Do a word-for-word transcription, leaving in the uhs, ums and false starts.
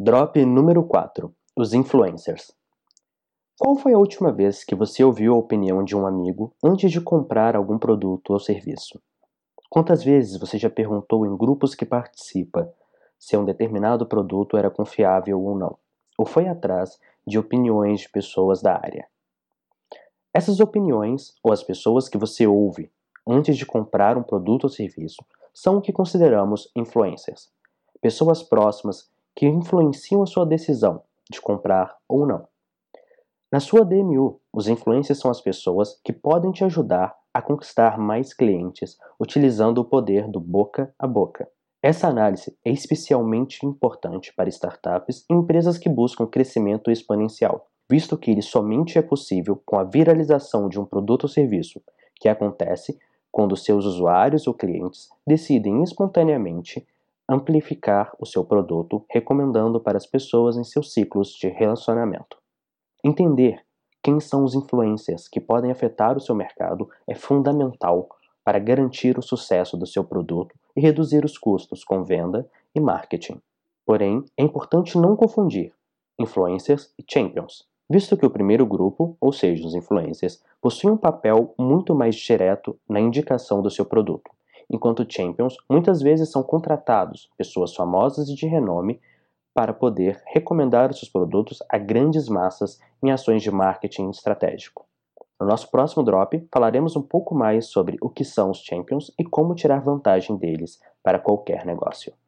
Drop número quatro. Os influencers. Qual foi a última vez que você ouviu a opinião de um amigo antes de comprar algum produto ou serviço? Quantas vezes você já perguntou em grupos que participa se um determinado produto era confiável ou não? Ou foi atrás de opiniões de pessoas da área? Essas opiniões, ou as pessoas que você ouve antes de comprar um produto ou serviço, são o que consideramos influencers. Pessoas próximas que influenciam a sua decisão de comprar ou não. Na sua D M U, os influencers são as pessoas que podem te ajudar a conquistar mais clientes utilizando o poder do boca a boca. Essa análise é especialmente importante para startups e empresas que buscam crescimento exponencial, visto que ele somente é possível com a viralização de um produto ou serviço, que acontece quando seus usuários ou clientes decidem espontaneamente amplificar o seu produto, recomendando para as pessoas em seus ciclos de relacionamento. Entender quem são os influencers que podem afetar o seu mercado é fundamental para garantir o sucesso do seu produto e reduzir os custos com venda e marketing. Porém, é importante não confundir influencers e champions, visto que o primeiro grupo, ou seja, os influencers, possui um papel muito mais direto na indicação do seu produto, enquanto champions muitas vezes são contratados, pessoas famosas e de renome, para poder recomendar os seus produtos a grandes massas em ações de marketing estratégico. No nosso próximo drop, falaremos um pouco mais sobre o que são os champions e como tirar vantagem deles para qualquer negócio.